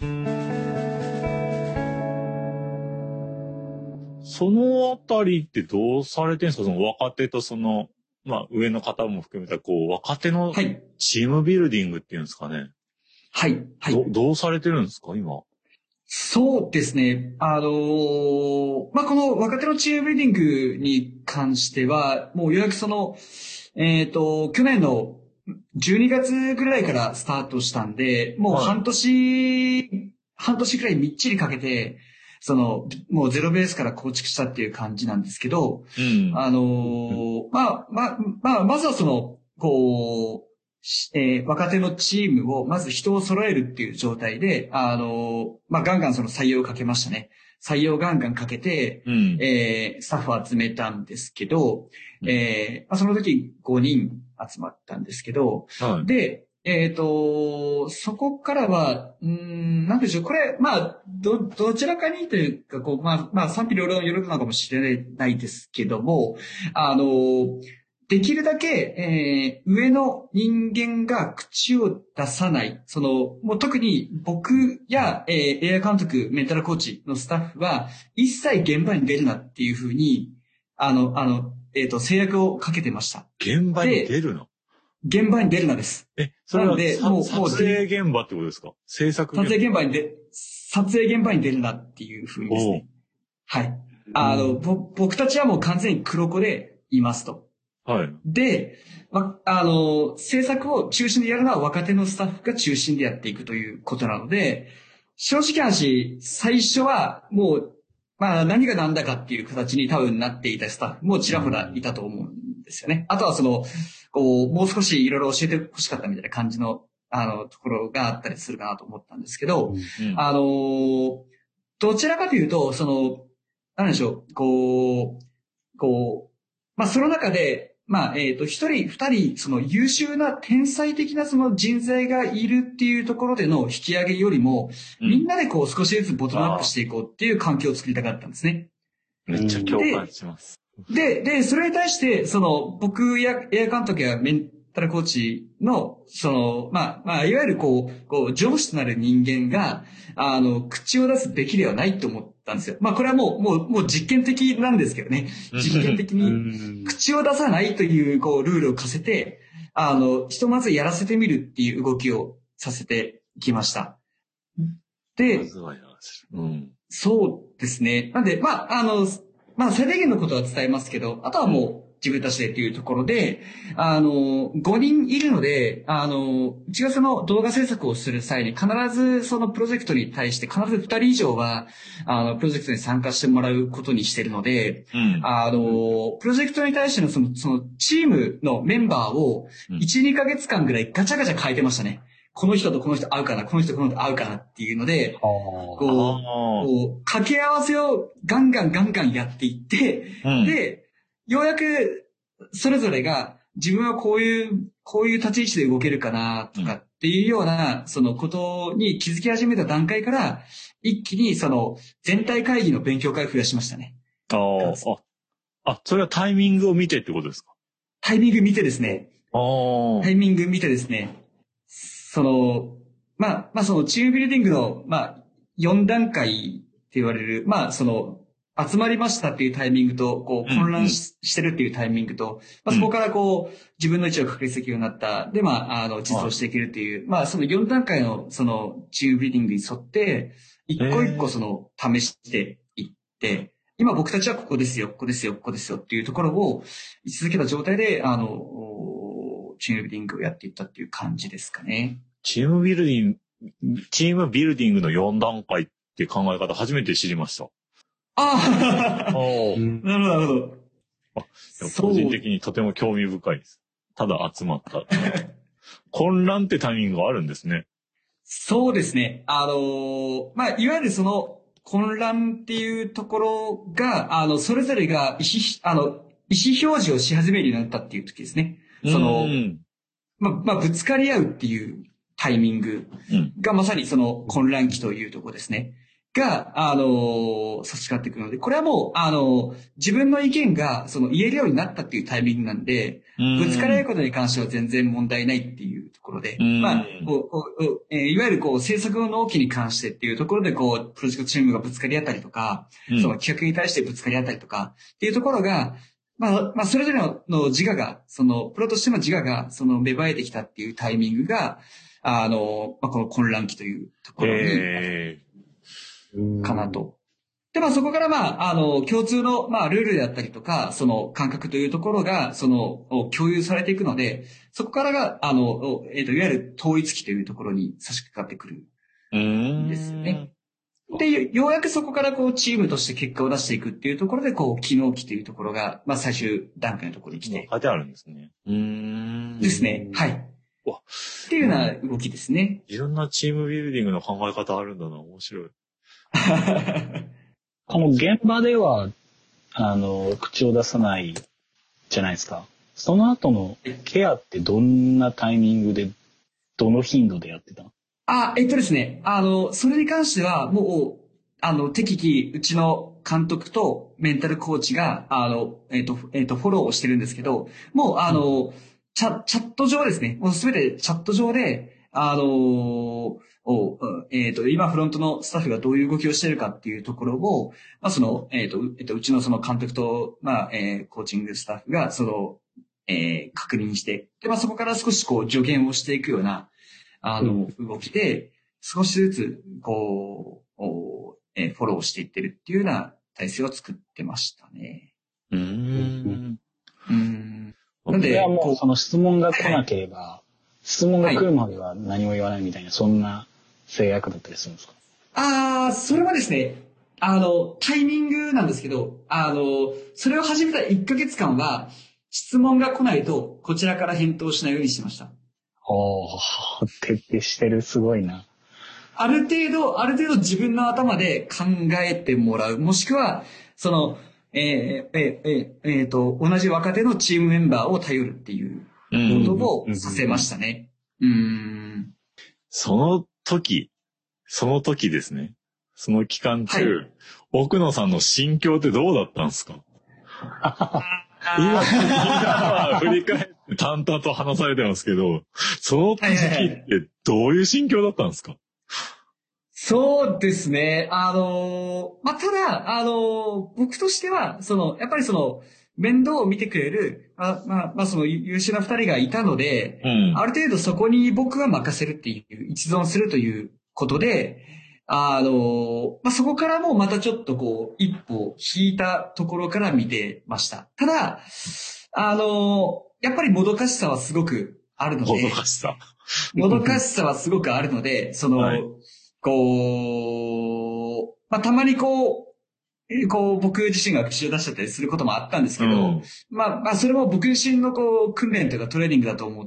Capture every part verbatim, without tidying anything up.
そのあたりってどうされてるんですか？その若手とその、まあ上の方も含めた、こう、若手のチームビルディングっていうんですかね。 はい。はい。 ど、どうされてるんですか、今。 そうですね。あのー、まあ、この若手のチームビルディングに関しては、もうようやくその、えっと、去年のじゅうにがつぐらいからスタートしたんで、もう半年、はい、半年くらいみっちりかけて、その、もうゼロベースから構築したっていう感じなんですけど、うん、あのー、まあ、まあ、まあ、まずはその、こう、えー、若手のチームを、まず人を揃えるっていう状態で、あの、まあ、ガンガンその採用をかけましたね。採用ガンガンかけて、うん、えー、スタッフを集めたんですけど、うん、えー、まあ、その時ごにん集まったんですけど、はい、で、えっと、そこからは、うーん、なんでしょう、これ、まあ、ど、どちらかにというか、こう、まあ、まあ、賛否両論よるのかもしれないですけども、あの、できるだけ、えー、上の人間が口を出さない、その、もう特に僕や、えー、エア監督、メンタルコーチのスタッフは、一切現場に出るなっていうふうに、あの、あの、えっと、制約をかけてました。 現場に出るな？ 現場に出るなです。 え、それはでもう撮影現場ってことですか？制作現場？撮影現場に出、撮影現場に出るなっていうふうにですね。はい。あの、ぼ、僕たちはもう完全に黒子でいますと。 はい。 で、ま、あの、制作を中心でやるのは若手のスタッフが中心でやっていくということなので、正直な話、最初はもう、まあ何が何だかっていう形に多分なっていたスタッフもちらほらいたと思うんですよね。あとはその、こう、もう少しいろいろ教えてほしかったみたいな感じの、あの、ところがあったりするかなと思ったんですけど、うん、あの、どちらかというと、その、なんでしょう、こう、こう、まあその中で、まあ、えっと、一人、二人、その優秀な天才的なその人材がいるっていうところでの引き上げよりも、うん、みんなでこう少しずつボトムアップしていこうっていう環境を作りたかったんですね。 めっちゃ共感します。 で、で、それに対して、その、僕や、エア監督やメンタルコーチの、その、まあ、まあ、いわゆるこう、こう、上司となる人間が、あの、口を出すべきではないと思ったんですよ。まあ、これはもう、もう、もう実験的なんですけどね。実験的に、口を出さないという、こう、ルールを課せて、あの、ひとまずやらせてみるっていう動きをさせてきました。で、うん、そうですね。なんで、まあ、あの、まあ、最低限のことは伝えますけど、あとはもう自分たちでっていうところで、あの、ごにんいるので、あの、うちがその動画制作をする際に必ずそのプロジェクトに対して必ずふたり以上は、あの、プロジェクトに参加してもらうことにしているので、うん、あの、プロジェクトに対してのその、そのチームのメンバーをいち、にかげつかんぐらいガチャガチャ変えてましたね。この人とこの人合うかな、この人とこの人合うかなっていうので、こう、こう、掛け合わせをガンガンガンガンやっていって、うん、で、ようやくそれぞれが自分はこういう、こういう立ち位置で動けるかなとかっていうような、そのことに気づき始めた段階から、一気にその全体会議の勉強会を増やしましたね。 ああ、あ、それはタイミングを見てってことですか？ タイミング見てですね。タイミング見てですね。その、まあ、まあそのチームビルディングの、まあ、よん段階って言われる、まあその、集まりましたっていうタイミングと、こう混乱 し,、うん、してるっていうタイミングと、まあそこからこう、自分の位置を確立できるようになった。で、まあ、あの、実装していけるっていう、まあそのよん段階のそのチームビルディングに沿って、一個一個その、試していって、今僕たちはここですよ、ここですよ、ここですよっていうところを位置づけた状態で、あの、チームビルディングをやっていったっていう感じですかね。 チームビルディング、チームビルディングのよん段階って考え方初めて知りました。 ああなるほど、なるほど。 あ、個人的にとても興味深いです。ただ集まった。混乱ってタイミングがあるんですね。 そうですね。あのー、まあ、いわゆるその混乱っていうところが、あの、それぞれが意思、あの、意思表示をし始めるようになったっていう時ですね。その、まあ、まあ、ぶつかり合うっていうタイミングがまさにその混乱期というところですね。 が、あの、差し掛かってくるので、これはもう、あの、自分の意見が、その、言えるようになったっていうタイミングなんで、ぶつかり合うことに関しては全然問題ないっていうところで、まあ、こう、こうえー、いわゆるこう、制作の納期に関してっていうところで、こう、プロジェクトチームがぶつかり合ったりとか、うん、その企画に対してぶつかり合ったりとか、っていうところが、まあ、まあ、それぞれの自我が、その、プロとしての自我が、その、芽生えてきたっていうタイミングが、あの、まあ、この混乱期というところに、えーかなと。で、まあそこからまあ、あの、共通の、まあルールであったりとか、その感覚というところが、その、共有されていくので、そこからが、あの、えっと、いわゆる統一期というところに差し掛かってくるんですよね。で、ようやくそこからこう、チームとして結果を出していくっていうところで、こう、機能期というところが、まあ最終段階のところに来て。 書いてあるんですね。 うーん。ですね。はい。っていうような動きですね。 いろんなチームビルディングの考え方あるんだな、面白い。 この現場では、あの、口を出さないじゃないですか。その後のケアってどんなタイミングで、どの頻度でやってたの？ あ、えっとですね。あの、それに関しては、もう、あの、適宜、うちの監督とメンタルコーチが、あの、えっと、えっと、フォローをしてるんですけど、もう、あの、うん、チャ、チャット上ですね。もうすべてチャット上で、あの、を、えっと、今フロントのスタッフがどういう動きをしているかっていうところを、まあ、その、えっと、えっと、うちのその監督と、まあ、えー、コーチングスタッフが、その、えー、確認して、で、まあ、そこから少しこう、助言をしていくような、あの、うん、動きで、少しずつ、こう、えー、フォローしていってるっていうような体制を作ってましたね。 うーん。 うん。 なんで、はもうその質問が来なければ、はい、質問が来るまでは何も言わないみたいな、はい、そんな制約だったりするんですか？ ああ、それはですね、あの、タイミングなんですけど、あの、それを始めたいっかげつかんは、質問が来ないと、こちらから返答しないようにしてました。 おー、徹底してる、すごいな。 ある程度、ある程度自分の頭で考えてもらう。もしくは、その、えー、えー、えー、えー、と、同じ若手のチームメンバーを頼るっていうことをさせましたね。うん。うん、 その時、その時ですね。その期間中、はい、奥野さんの心境ってどうだったんですか？今、今振り返って淡々と話されてますけど、その時ってどういう心境だったんですか？ そうですね。あのー、まあ、ただ、あのー、僕としては、その、やっぱりその、面倒を見てくれる、まあ、まあ、まあ、その優秀な二人がいたので、うん、ある程度そこに僕が任せるっていう、一存するということで、あのー、まあ、そこからもまたちょっとこう、一歩引いたところから見てました。ただ、あのー、やっぱりもどかしさはすごくあるので、 もどかしさ。 もどかしさはすごくあるので、その、はい、こう、まあ、たまにこう、こう、僕自身が口を出しちゃったりすることもあったんですけど、うん、まあ、まあ、それも僕自身のこう、訓練というかトレーニングだと思って、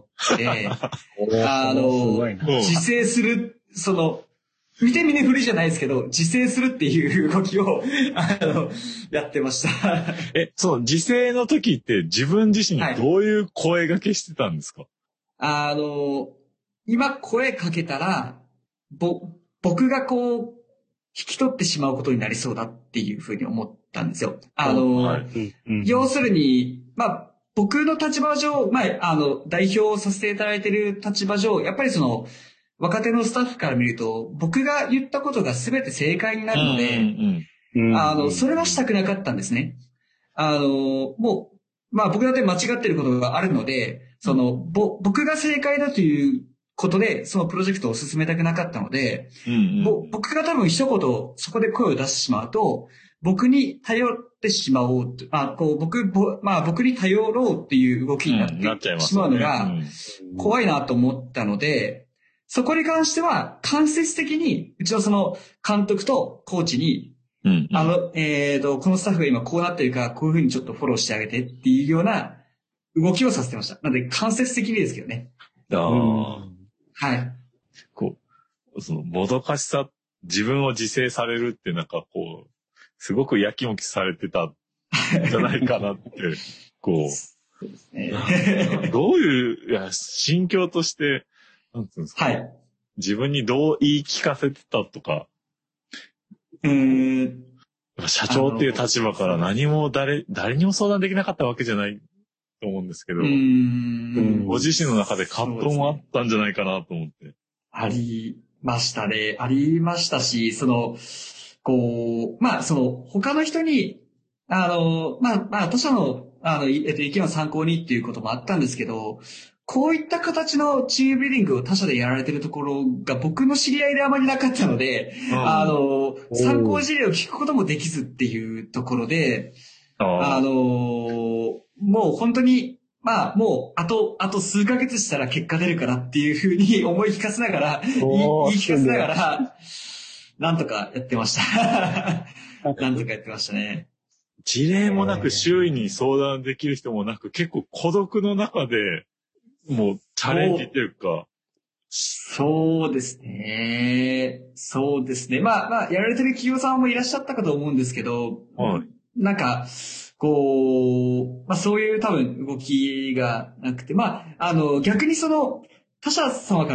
あの、自制する、その、見て見ぬふりじゃないですけど、自制するっていう動きを、あの、やってました。 え、そう、自制の時って自分自身にどういう声掛けしてたんですか？はい、 あの、今声かけたら、ぼ、僕がこう、引き取ってしまうことになりそうだっていうふうに思ったんですよ。あの、はい、要するに、まあ、僕の立場上、まあ、あの、代表をさせていただいている立場上、やっぱりその、若手のスタッフから見ると、僕が言ったことが全て正解になるので、うんうんうん、あの、それはしたくなかったんですね。あの、もう、まあ僕だって間違ってることがあるので、その、ぼ、僕が正解だということで、そのプロジェクトを進めたくなかったので、うんうん、ぼ僕が多分一言そこで声を出してしまうと、僕に頼ってしまおうと、あ、こう、僕、ぼまあ僕に頼ろうっていう動きになってしまうのが、怖いなと思ったので、そこに関しては、間接的に、うちのその監督とコーチに、うんうん、あの、えっと、このスタッフが今こうなってるから、こういうふうにちょっとフォローしてあげてっていうような動きをさせてました。なので、間接的にですけどね。 ああ、うん。 はい。 こう、その、もどかしさ、自分を自制されるってなんかこう、すごくやきもきされてたんじゃないかなって、こう。 そうですね。 どういう、いや、心境として、なんていうんですか、 はい。 自分にどう言い聞かせてたとか、 うーん。 社長っていう立場から何も誰、誰にも相談できなかったわけじゃないと思うんですけど、 うーん。 ご自身の中で葛藤もあったんじゃないかなと思って。 ありましたね。ありましたし、その、こう、まあ、その、他の人に、あの、まあ、まあ、他者の、あの、いえっと、意見を参考にっていうこともあったんですけど、こういった形のチームビルディングを他社でやられてるところが僕の知り合いであまりなかったので、 うん、 あの、参考事例を聞くこともできずっていうところで、 ああの、もう本当に、まあ、もう、あと、あと数ヶ月したら結果出るからっていうふうに思い聞かせながら、言い言い聞かせながら、なんとかやってました。なんとかやってましたね。 事例もなく周囲に相談できる人もなく、結構孤独の中で、もうチャレンジっていうか。 そうですね。そうですね。まあまあ、やられてる企業さんもいらっしゃったかと思うんですけど、 はい、 なんか、こう、まあそういう多分動きがなくて、まあ、あの、逆にその、他社様から、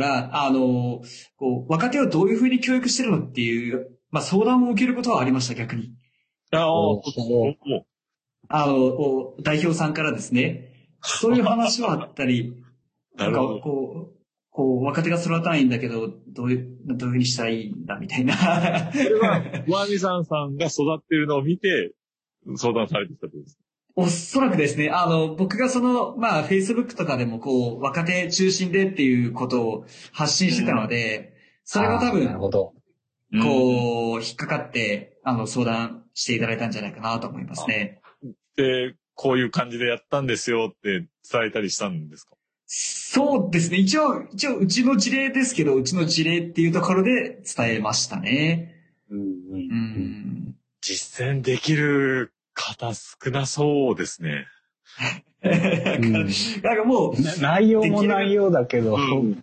あの、こう、若手をどういうふうに教育してるのっていう、まあ相談を受けることはありました、逆に。 ああ、 あの、代表さんからですね、そういう話はあったり、なんかこう、こう、若手が育たないんだけど、どういう、どういうふうにしたらいいんだ、みたいな。 それは、ワミさんさんが育っているのを見て、相談されてきたとです。 おそらくですね、あの、僕がその、まあ、Facebook とかでも、こう、若手中心でっていうことを発信してたので、それが多分、 なるほど。 こう、引っかかって、あの、相談していただいたんじゃないかなと思いますね。 で、こういう感じでやったんですよって伝えたりしたんですか？ そうですね。一応、一応、うちの事例ですけど、うちの事例っていうところで伝えましたね。 うんうんうん、 実践できる方少なそうですね。 なんかもう、 内容も内容だけど、 うん、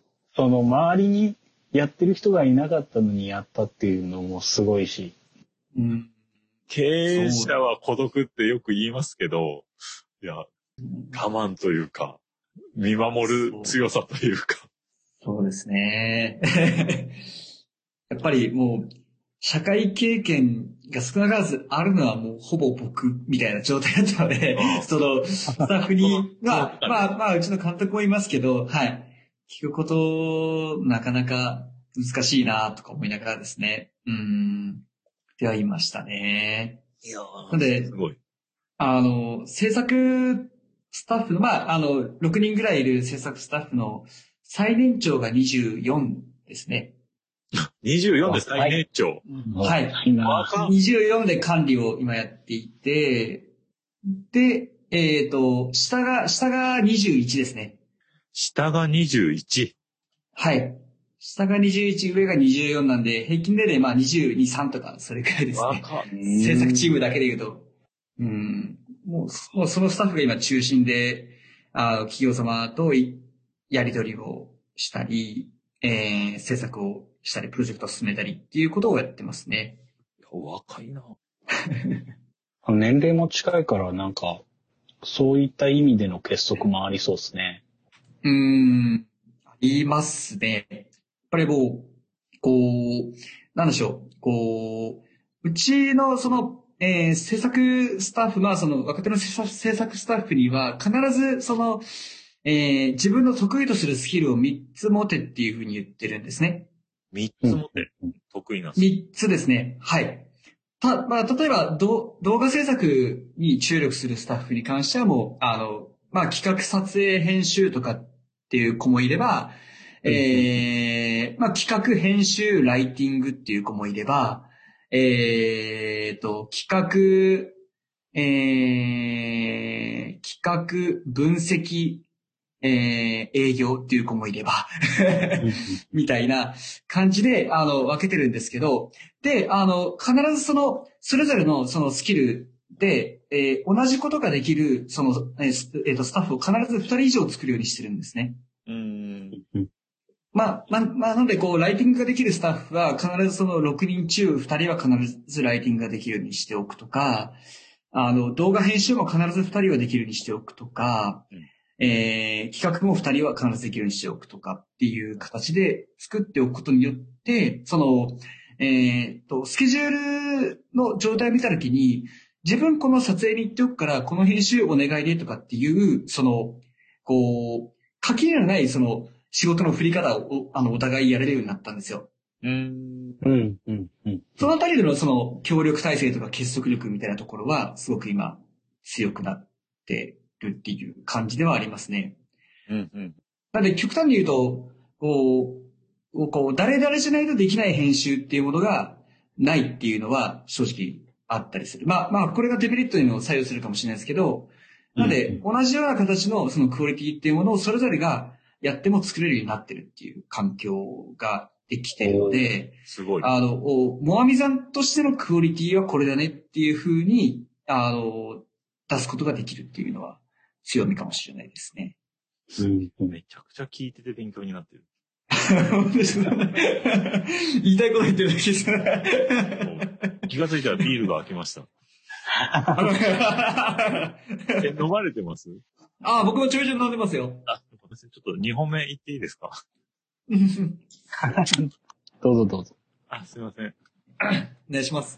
その周りにやってる人がいなかったのにやったっていうのもすごいし。 うん、 経営者は孤独ってよく言いますけど、いや、我慢というか、見守る強さというか。 そうですね。やっぱりもう、社会経験が少なからずあるのはもうほぼ僕みたいな状態だったので、その、スタッフに、まあ、まあ、まあ、うちの監督もいますけど、はい。聞くこと、なかなか難しいなとか思いながらですね。うん。では言いましたね。 いやなんで、 すごい。 あの、制作スタッフの、まあ、あの、ろくにんぐらいいる制作スタッフの最年長がにじゅうよんですね。 にじゅうよんで最年長。 はい。にじゅうよんで管理を今やっていて、で、えっと、下が、下がにじゅういちですね。 下がにじゅういち。 はい。下がにじゅういち、上がにじゅうよんなんで、平均年齢まあにじゅうに、さんとか、それくらいですね。制作チームだけで言うと。うん。もう、もうそのスタッフが今中心で、あ企業様とやり取りをしたり、えー、制作をしたり、プロジェクトを進めたりっていうことをやってますね。 若いな。 年齢も近いから、なんか、そういった意味での結束もありそうですね。 うーん、ありますね。やっぱりもう、こう、なんでしょう、こう、うちのその、えー、制作スタッフ、まあその若手の制作スタッフには必ずその、えー、自分の得意とするスキルをみっつ持てっていうふうに言ってるんですね。 みっつ持て、うん、得意なみっつですね。はい。た、まあ、例えば、動画制作に注力するスタッフに関してはもう、あの、まあ、企画撮影編集とかっていう子もいれば、えー、まあ、企画編集ライティングっていう子もいれば、えーと、企画、えー、企画分析、えー、営業っていう子もいればみたいな感じで、あの、分けてるんですけど、で、あの、必ずその、それぞれのそのスキルで、えー、同じことができる、その、えーえーと、スタッフを必ずふたり以上作るようにしてるんですね。 うーん。 まあ、まあ、まあ、なので、こう、ライティングができるスタッフは、必ずそのろくにん中ふたりは必ずライティングができるようにしておくとか、あの、動画編集も必ずふたりはできるようにしておくとか、うんえー、企画もふたりは必ずできるようにしておくとかっていう形で作っておくことによって、その、 えっと、スケジュールの状態を見たときに、自分この撮影に行っておくから、この編集お願いでとかっていう、その、こう、垣根のない、その、仕事の振り方を、あの、お互いやれるようになったんですよ。 うーん。 うん、うん、うん。 そのあたりでの、その、協力体制とか結束力みたいなところは、すごく今、強くなってるっていう感じではありますね。 うんうん。 なんで、極端に言うと、こう、こう、誰々じゃないとできない編集っていうものがないっていうのは正直あったりする。まあまあ、これがデメリットにも作用するかもしれないですけど、なんで、同じような形のそのクオリティっていうものをそれぞれがやっても作れるようになってるっていう環境ができてるので、 すごい。 あの、モアミザンとしてのクオリティはこれだねっていう風に、あの、出すことができるっていうのは強みかもしれないですね。 うん、 めちゃくちゃ聞いてて勉強になってる。 本当ですね。言いたいこと言ってるだけです。 気がついたらビールが開きました。え、飲まれてます？ ああ、僕もちょいちょい飲んでますよ。 あ、ちょっとにほんめ言っていいですか？ どうぞどうぞ。 あ、すいません。 お願いします。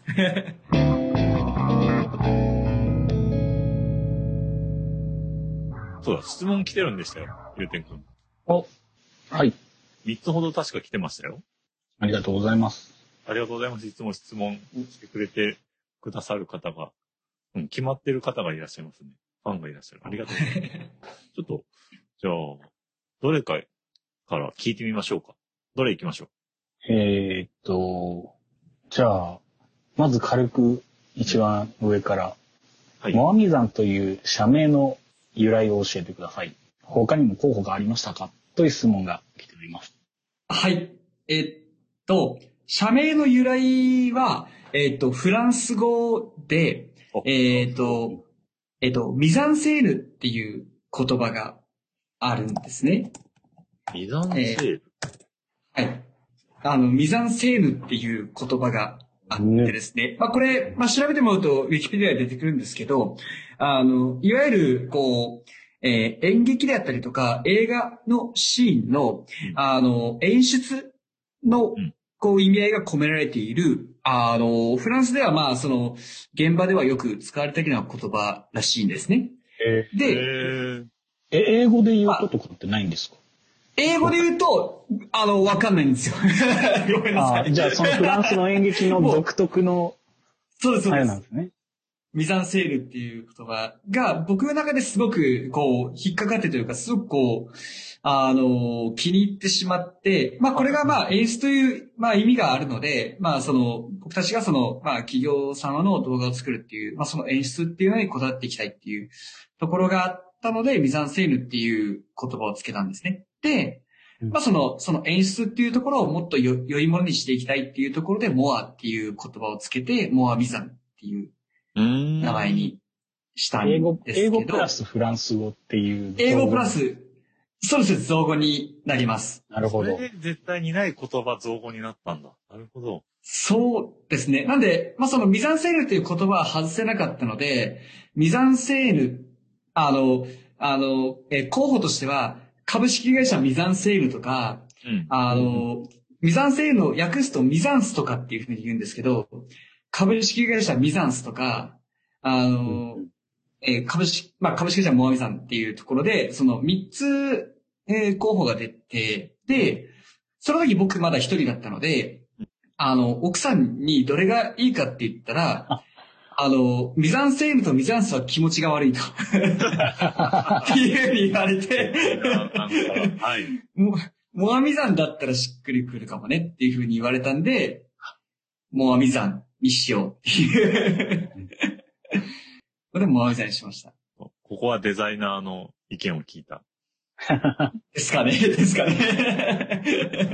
そうだ、質問来てるんでしたよ、ゆうてんくん。 お、はい。 みっつほど確か来てましたよ。 ありがとうございます。 ありがとうございます。いつも質問してくれてくださる方が、うん、決まってる方がいらっしゃいますね。ファンがいらっしゃる。ありがとうございます。ちょっと、じゃあ、どれかから聞いてみましょうか。どれ行きましょえー、っと、じゃあ、まず軽く一番上から、 はい。 モアミ山という社名の由来を教えてください。他にも候補がありましたかという質問が来ております。 はい。えっと、社名の由来は、えっと、フランス語で、えっと、えっと、ミザンセーヌっていう言葉があるんですね。 ミザンセール、 えー、はい。あの、ミザンセーヌっていう言葉があってですね。ねまあ、これ、まあ、調べてもらうと、ウィキペディアで出てくるんですけど、あの、いわゆる、こう、えー、演劇であったりとか、映画のシーンの、うん、あの、演出の、こう、意味合いが込められている、あの、フランスではまあ、その、現場ではよく使われたような言葉らしいんですね。 えー、 で、 えー、英語で言うことかってないんですか？ 英語で言うと、あの、わかんないんですよ。ごめんなさい。 あ、じゃあ、そのフランスの演劇の独特の、 そうです、そうです。 あれなんですね。 ミザンセールっていう言葉が僕の中ですごくこう引っかかってというかすごくこうあの気に入ってしまってまあこれがまあ演出というまあ意味があるのでまあその僕たちがそのまあ企業様の動画を作るっていうまあその演出っていうのにこだわっていきたいっていうところがあったのでミザンセールっていう言葉をつけたんですね。で、まあそのその演出っていうところをもっとよ良いものにしていきたいっていうところでモアっていう言葉をつけてモアミザンっていう名前にしたんですけど。 英語、英語プラスフランス語っていう。 英語プラス、そうです、造語になります。 なるほど。 それで絶対にない言葉造語になったんだ。なるほど。 そうですね。なんで、まあ、そのミザンセーヌという言葉は外せなかったので、ミザンセーヌ、あの、あの、え候補としては、株式会社ミザンセーヌとか、うん、あの、うん、ミザンセーヌを訳すとミザンスとかっていうふうに言うんですけど、株式会社ミザンスとか、あの、うんえー、株式、まあ、株式会社モアミさんっていうところで、そのみっつ、えー、候補が出て、で、その時僕まだ一人だったので、あの、奥さんにどれがいいかって言ったら、あの、ミザンセーヌとミザンスは気持ちが悪いと。っていうふうに言われて、はい、モ, モアミザンだったらしっくりくるかもねっていうふうに言われたんで、モアミザンにしようっていう。これもモアミザンにしました。 ここはデザイナーの意見を聞いた。 ですかね、ですかね。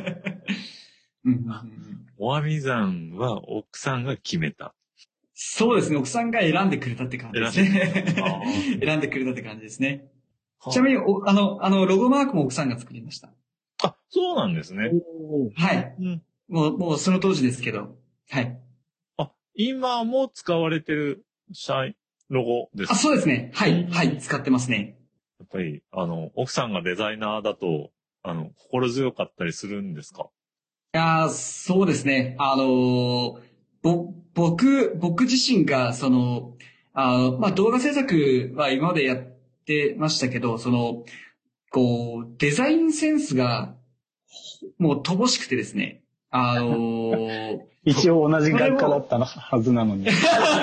モアミザンは奥さんが決めた。 そうですね、奥さんが選んでくれたって感じですね。選んでくれたって感じですね。ちなみに、おあの、あの、ロゴマークも奥さんが作りました。 あ、そうなんですね。 はい。うん、もう、もうその当時ですけど。はい。 あ、今も使われてる社員、ロゴですか？ あ、そうですね。はい、はい、使ってますね。 やっぱり、あの、奥さんがデザイナーだと、あの、心強かったりするんですか？ やー、そうですね。あのーぼ、僕、僕自身が、その、あの、まあ、動画制作は今までやってましたけど、その、こう、デザインセンスが、もう乏しくてですね。あのー一応同じそれ学科だをったはずなのに。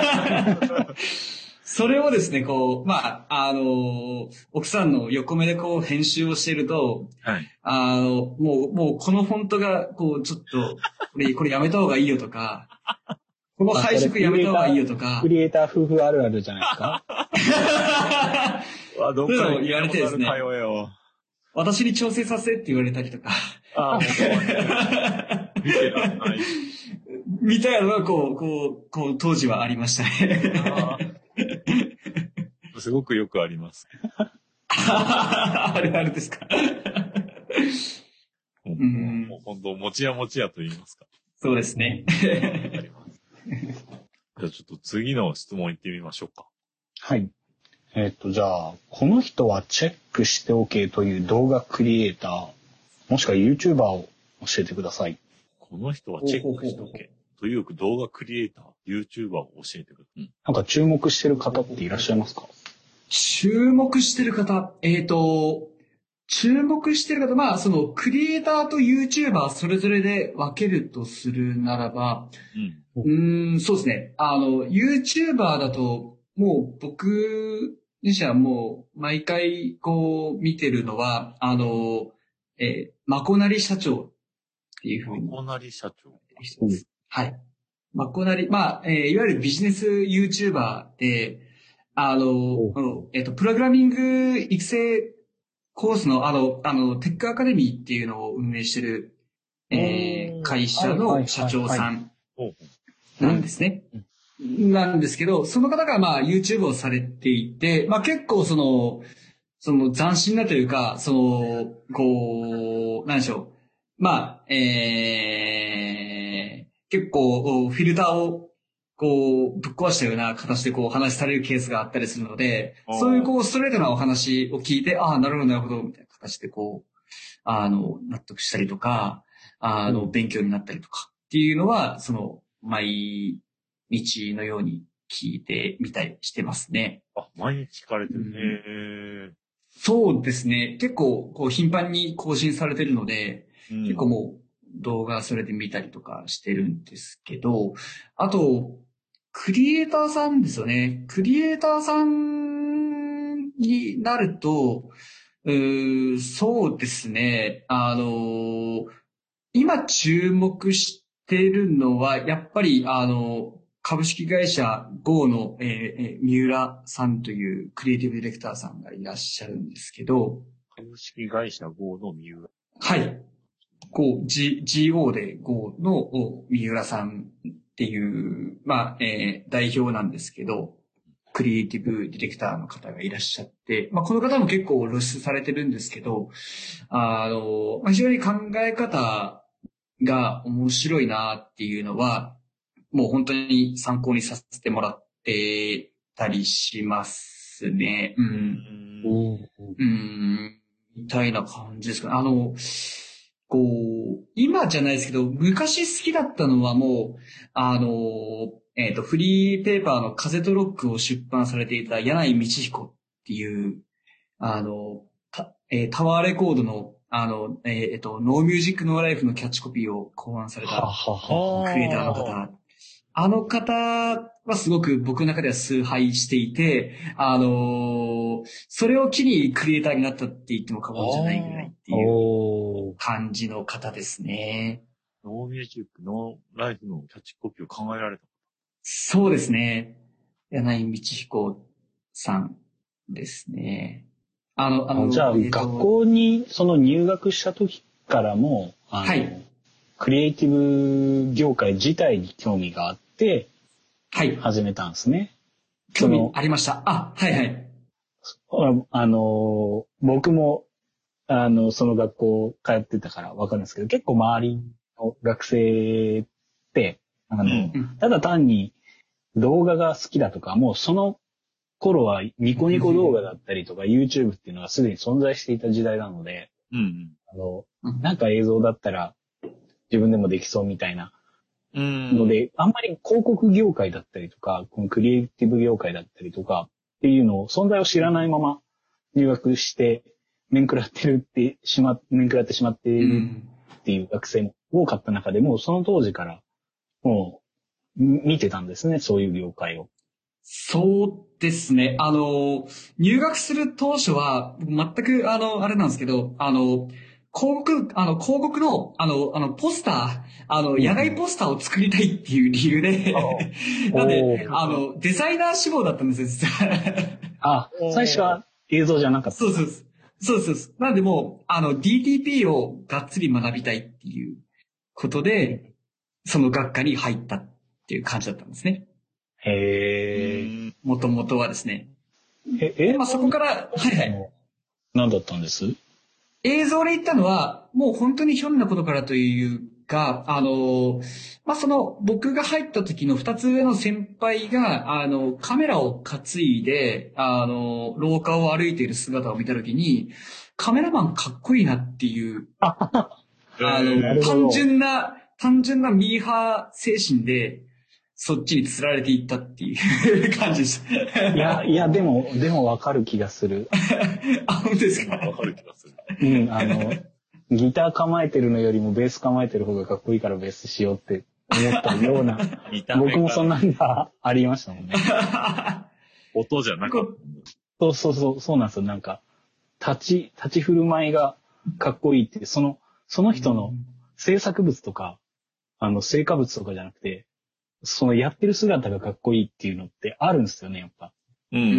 それをですね、こう、まあ、あのー奥さんの横目でこう編集をしていると、 はい。 あの、もう、もうこのフォントが、こう、ちょっと、これ、これやめた方がいいよとか、この配色やめた方がいいよとか、 クリエイター夫婦あるあるじゃないですか。 あ、どっそういうかでのを言われてですね、 会話よ。 私に調整させって言われたりとか、 ああ、もう見てらんない。 みたいなのが、こう、こう、こう、当時はありましたね。 すごくよくあります。 あるあるですか。 もう、 うんもう本当、もちやもちやと言いますか。 そうですね。 あります。じゃあちょっと次の質問行ってみましょうか。 はい。えっと、じゃあ、この人はチェックしておけという動画クリエイター、もしくは YouTuber を教えてください。 この人はチェックしておけ。という動画クリエイター、YouTuber を教えてくれ。うん。 なんか注目してる方っていらっしゃいますか？ 注目してる方、えっと、注目してる方、まあ、その、クリエイターと YouTuber それぞれで分けるとするならば、 うん。 うーん、そうですね。あの、YouTuber だと、もう僕自身はもう毎回こう見てるのは、あの、えー、まこなり社長っていうふうに。 まこなり社長。 はい。まこなり、まあ、えー、いわゆるビジネス YouTuber で、あの、このえっと、プログラミング育成コースの、あの、あの、テックアカデミーっていうのを運営してる、えー、会社の社長さんなんですね。なんですけど、その方がまあ YouTube をされていて、まあ結構その、その斬新なというか、その、こう、なんでしょう。まあ、えー、結構フィルターをこう、ぶっ壊したような形でこう話されるケースがあったりするので、そういうこうストレートなお話を聞いて、ああ、なるほどなるほど、みたいな形でこう、あの、納得したりとか、あの、勉強になったりとかっていうのは、その、毎日のように聞いてみたりしてますね。 あ、毎日聞かれてる。 うんへー。 そうですね。結構、こう、頻繁に更新されてるので、 うん、 結構もう、動画それで見たりとかしてるんですけど、あと、クリエイターさんですよね。クリエイターさんになると、うーそうですね。あのー今注目してるのは、やっぱり、あの、株式会社 ゴー の、えーえー三浦さんというクリエイティブディレクターさんがいらっしゃるんですけど、 株式会社 ゴー の三浦。 はい。ゴー、G、ジーオー で ゴー のお三浦さんっていう、まあ、えー代表なんですけど、クリエイティブディレクターの方がいらっしゃって、まあ、この方も結構露出されてるんですけど、あの、まあ、非常に考え方が面白いなっていうのは、もう本当に参考にさせてもらってたりしますね。う。 うんん。 うん、みたいな感じですかね。あの、こう、今じゃないですけど、昔好きだったのはもう、あの、えっと、フリーペーパーの風とロックを出版されていた柳井道彦っていう、あの、たえータワーレコードの、あの、えーえっと、ノーミュージックノーライフのキャッチコピーを考案されたははは。 クリエイターの方。あの方はすごく僕の中では崇拝していて、あのーそれを機にクリエイターになったって言っても過言じゃないぐらいっていうおー。 感じの方ですね。 ノーミュージック、ノーライフのキャッチコピーを考えられた。 そうですね。柳井道彦さんですね。あの、あの、 じゃあ、 えーと学校にその入学した時からも、あの、 はいクリエイティブ業界自体に興味があってはい。 始めたんですね。 興味ありました。あ、はいはい。 ああの、僕も、あの、その学校通ってたからわかるんですけど、結構周りの学生って、あの、 うんただ単に動画が好きだとか、もうその頃はニコニコ動画だったりとか YouTube っていうのがすでに存在していた時代なので、 うん。 あの、 うんなんか映像だったら自分でもできそうみたいなうん。 ので、あんまり広告業界だったりとか、このクリエイティブ業界だったりとかっていうのを存在を知らないまま入学して、面食らってるってしま、面食らってしまっているっていう学生も多かった中でも、その当時からもう見てたんですね、そういう業界を。 そうですね。あの、入学する当初は、全く、あの、あれなんですけど、あの、広告、あの、広告の、あの、あの、ポスター、あの、野外ポスターを作りたいっていう理由で、なんで、あの、デザイナー志望だったんですよ、実は。 あ、最初は映像じゃなかった。 そうそうそう。そうそうそう。なんでもう、あの、ディーティーピー をがっつり学びたいっていうことで、その学科に入ったっていう感じだったんですね。 へー。 もともとはですね。 え、え、 まあそこから、はいはい。 何だったんです？ 映像で言ったのは、もう本当にひょんなことからというか、あの、まあ、その、僕が入った時の二つ上の先輩が、あの、カメラを担いで、あの、廊下を歩いている姿を見た時に、カメラマンかっこいいなっていう、あの、単純な、単純なミーハー精神で、そっちに釣られていったっていう感じです。 いや、いや、でも、でもわかる気がする。 あ、本当ですか？ わかる気がする。 うん、あの、ギター構えてるのよりもベース構えてる方がかっこいいからベースしようって思ったような、僕もそんなんがありましたもんね。 音じゃなかった。 そうそうそう、そうなんですよ。なんか、立ち、立ち振る舞いがかっこいいって、その、その人の制作物とか、あの、成果物とかじゃなくて、そのやってる姿がかっこいいっていうのってあるんですよね、やっぱ。 うん。うん。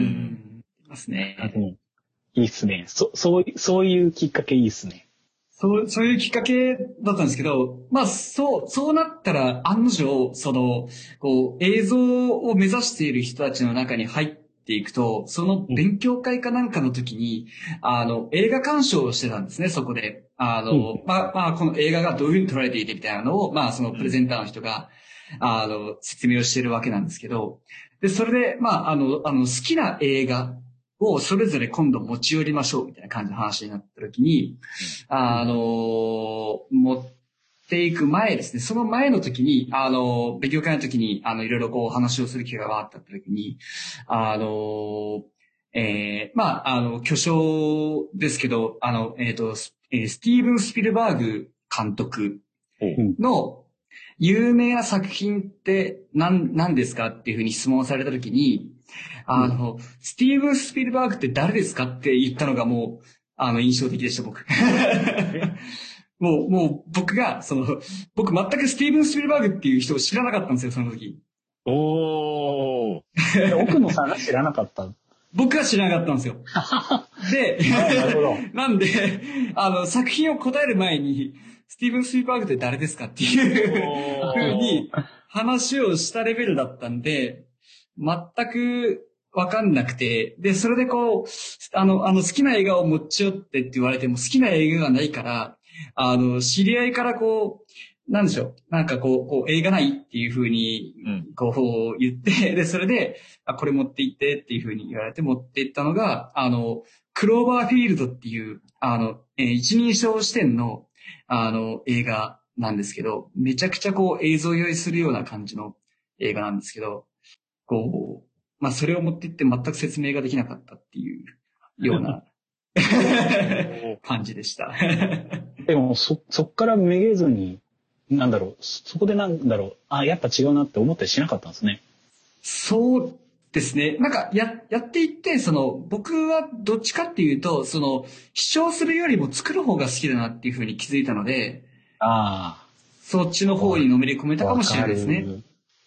ますね。 うん、いいっすね。そ、そう、そういうきっかけいいっすね。 そう、そういうきっかけだったんですけど、まあ、そう、そうなったら案の定、その、こう、映像を目指している人たちの中に入っていくと、その勉強会かなんかの時に、うん、あの、映画鑑賞をしてたんですね、そこで。あの、うん、まあ、まあ、この映画がどういうふうに撮られていてみたいなのを、まあ、そのプレゼンターの人が、あの、説明をしているわけなんですけど、で、それで、まあ、あの、あの、好きな映画をそれぞれ今度持ち寄りましょうみたいな感じの話になった時に、うん、あの、持っていく前ですね、その前の時に、あの、勉強会の時に、あの、いろいろこう話をする機会があった時に、あの、えー、まあ、あの、巨匠ですけど、あの、えっと、スティーブン・スピルバーグ監督の有名な作品って何、何ですかっていうふうに質問された時に、あの、うん、スティーブン・スピルバーグって誰ですかって言ったのがもう、あの、印象的でした、僕。もう、もう、僕が、その、僕全くスティーブン・スピルバーグっていう人を知らなかったんですよ、その時。 おー。 奥野さんが知らなかった僕は知らなかったんですよ。で、なるほど。なんで、あの、作品を答える前に、スティーブン・スピルバーグって誰ですかっていうふうに話をしたレベルだったんで、全くわかんなくて、で、それでこう、あの、あの、好きな映画を持ち寄ってって言われても好きな映画がないから、あの、知り合いからこう、なんでしょう、なんかこう、こう映画ないっていうふうに、こう言って、で、それで、あ、これ持って行ってっていうふうに言われて持って行ったのが、あの、クローバーフィールドっていう、あの、えー、一人称視点の、あの、映画なんですけど、めちゃくちゃこう映像酔いするような感じの映画なんですけど、こう、まあ、それを持って行って全く説明ができなかったっていうような感じでした。 でも、そ、そっからめげずに、なんだろう、そこでなんだろう、あ、やっぱ違うなって思ったりしなかったんですね。 そうですね。なんか、や、やっていって、その、僕はどっちかっていうと、その、視聴するよりも作る方が好きだなっていうふうに気づいたので、ああ。そっちの方にのめり込めたかもしれないですね。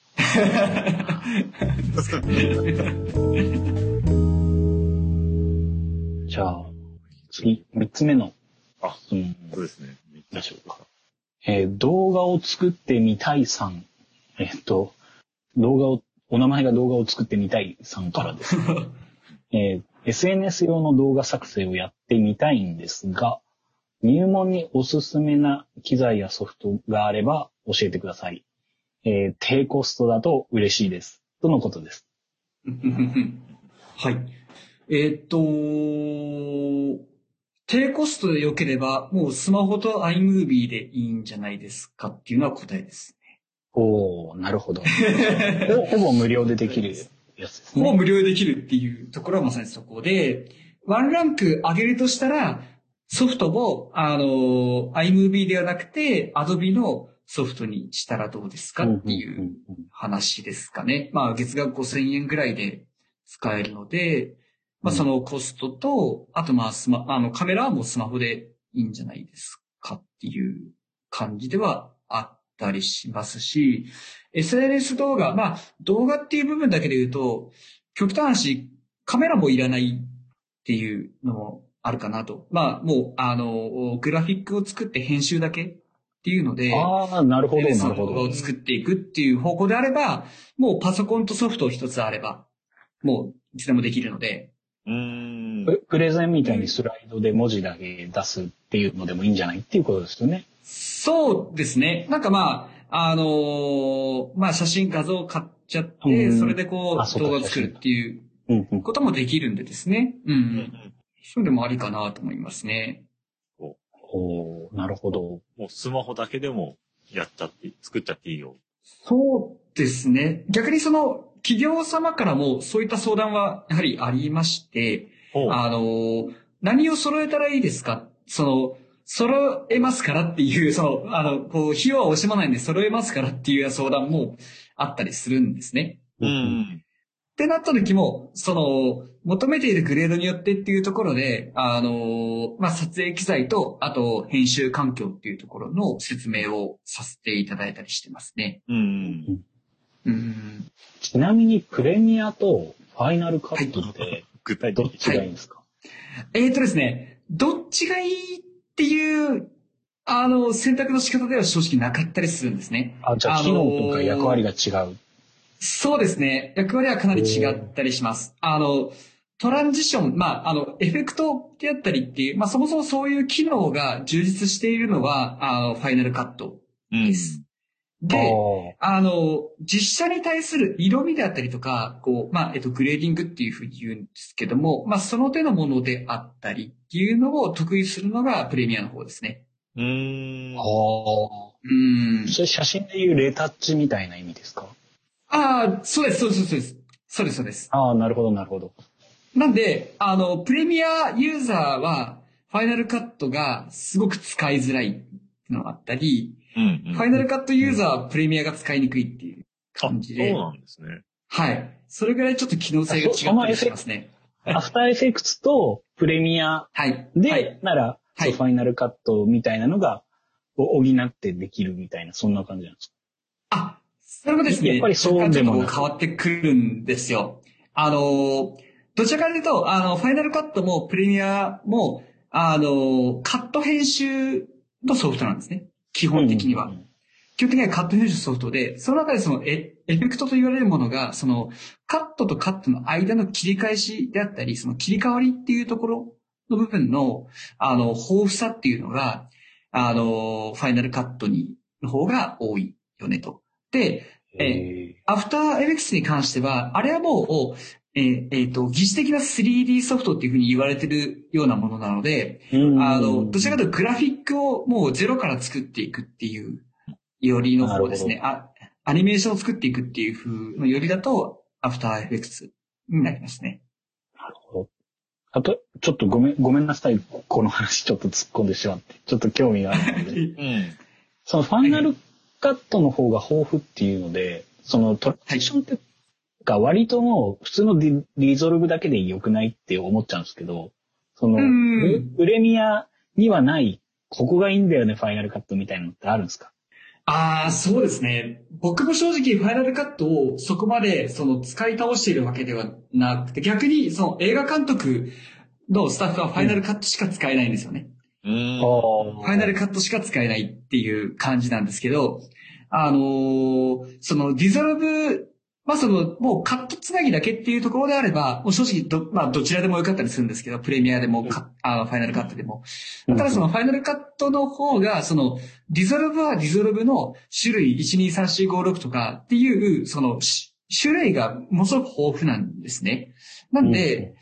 じゃあ、次、三つ目の。 あ、うん、そうですね。 でしょうか。えー、動画を作ってみたいさん。えー、っと、動画を、お名前が動画を作ってみたいさんからです。えー、エスエヌエス 用の動画作成をやってみたいんですが、入門におすすめな機材やソフトがあれば教えてください。えー、低コストだと嬉しいです。とのことです。 はい。えー、っと、 低コストで良ければ、もうスマホと iMovie でいいんじゃないですかっていうのは答えです。 おー、なるほど。ほぼ無料でできるやつですね。 ほぼ無料でできるっていうところはまさにそこで、ワンランク上げるとしたら、ソフトも、あの、iMovie ではなくて、Adobe のソフトにしたらどうですかっていう話ですかね。まあ、月額ごせんえんぐらいで使えるので、まあ、そのコストと、あとまあ、スマ、あの、カメラはもうスマホでいいんじゃないですかっていう感じではあったりしますし、エスエヌエス 動画、まあ、動画っていう部分だけで言うと、極端な話、カメラもいらないっていうのもあるかなと。まあ、もう、あの、グラフィックを作って編集だけっていうので、 ああ、なるほど、なるほど。 を作っていくっていう方向であれば、もうパソコンとソフト一つあれば、もういつでもできるので。 うーん。 ププレゼンみたいにスライドで文字だけ出すっていうのでもいいんじゃないっていうことですよね。 そうですね。なんかまあ、あのー、まあ写真画像を買っちゃって、それでこう動画を作るっていうこともできるんでですね。うん、うん。それでもありかなと思いますね。 おお、なるほど。 もうスマホだけでもやっちゃって、作っちゃっていいよ。 そうですね。逆にその企業様からもそういった相談はやはりありまして、あの、何を揃えたらいいですか？その、揃えますからっていう、その、あの、こう、費用は惜しまないんで揃えますからっていう相談もあったりするんですね。 うん。 ってなった時も、その、求めているグレードによってっていうところで、あの、まあ、撮影機材と、あと、編集環境っていうところの説明をさせていただいたりしてますね。 うん。 うん。 ちなみに、プレミアとファイナルカットって、 具体どっちがいいんですか？ はい、えーとですね、どっちがいいっていう、あの、選択の仕方では正直なかったりするんですね。 あ、じゃあ、機能とか役割が違う。 そうですね。役割はかなり違ったりします。あの、トランジション、まあ、あの、エフェクトであったりっていう、まあ、そもそもそういう機能が充実しているのは、あの、ファイナルカットです。うん、で、あの、実写に対する色味であったりとか、こう、まあ、えっと、グレーディングっていうふうに言うんですけども、まあ、その手のものであったりっていうのを得意するのがプレミアの方ですね。 うーん。 ああ。 うん。 それ写真でいうレタッチみたいな意味ですか？ ああ、そうです、そうです、そうです。そうです、そうです。 ああ、なるほど、なるほど。 なんで、あの、プレミアユーザーは、ファイナルカットがすごく使いづらいのがあったり、 うんうん、 ファイナルカットユーザーはプレミアが使いにくいっていう感じで。 そうなんですね。 はい。それぐらいちょっと機能性が違ったりしますね。 アフターエフェクツとプレミアで、はい、なら、はい、ファイナルカットみたいなのが補ってできるみたいな、そんな感じなんですか？ あ、それもですね、 やっぱりそうでもなく変わってくるんですよ。あの、どちらかというと、あの、ファイナルカットもプレミアも、あの、カット編集のソフトなんですね。基本的には。うんうんうん、基本的にはカット編集ソフトで、その中でそのエエフェクトと言われるものが、そのカットとカットの間の切り返しであったり、その切り替わりっていうところの部分の、あの、豊富さっていうのが、あの、ファイナルカットに、の方が多いよねと。で、え、アフターエフェクツに関しては、あれはもう、えー、えー、と、疑似的な スリーディー ソフトっていうふうに言われてるようなものなので、あの、どちらかというとグラフィックをもうゼロから作っていくっていうよりの方ですね。あ、アニメーションを作っていくっていう風のよりだと、アフターエフェクツになりますね。 なるほど。あと、ちょっとごめん、ごめんなさい。この話ちょっと突っ込んでしまって、ちょっと興味があるので。うん、そのファイナルカットの方が豊富っていうので、そのトランジションってが割ともう普通のディリゾルブだけで良くないって思っちゃうんですけど、その、プレミアにはない、ここがいいんだよね、ファイナルカットみたいなのってあるんですか？ ああ、そうですね。僕も正直ファイナルカットをそこまでその使い倒しているわけではなくて、逆にその映画監督のスタッフはファイナルカットしか使えないんですよね。うん、ファイナルカットしか使えないっていう感じなんですけど、あのー、そのディゾルブ、まあそのもうカットつなぎだけっていうところであれば、もう正直ど、まあどちらでもよかったりするんですけど、プレミアでもかあのファイナルカットでも。ただそのファイナルカットの方が、そのディゾルブはディゾルブの種類いち、に、さん、よん、ご、ろくとかっていう、その種類がものすごく豊富なんですね。なんで、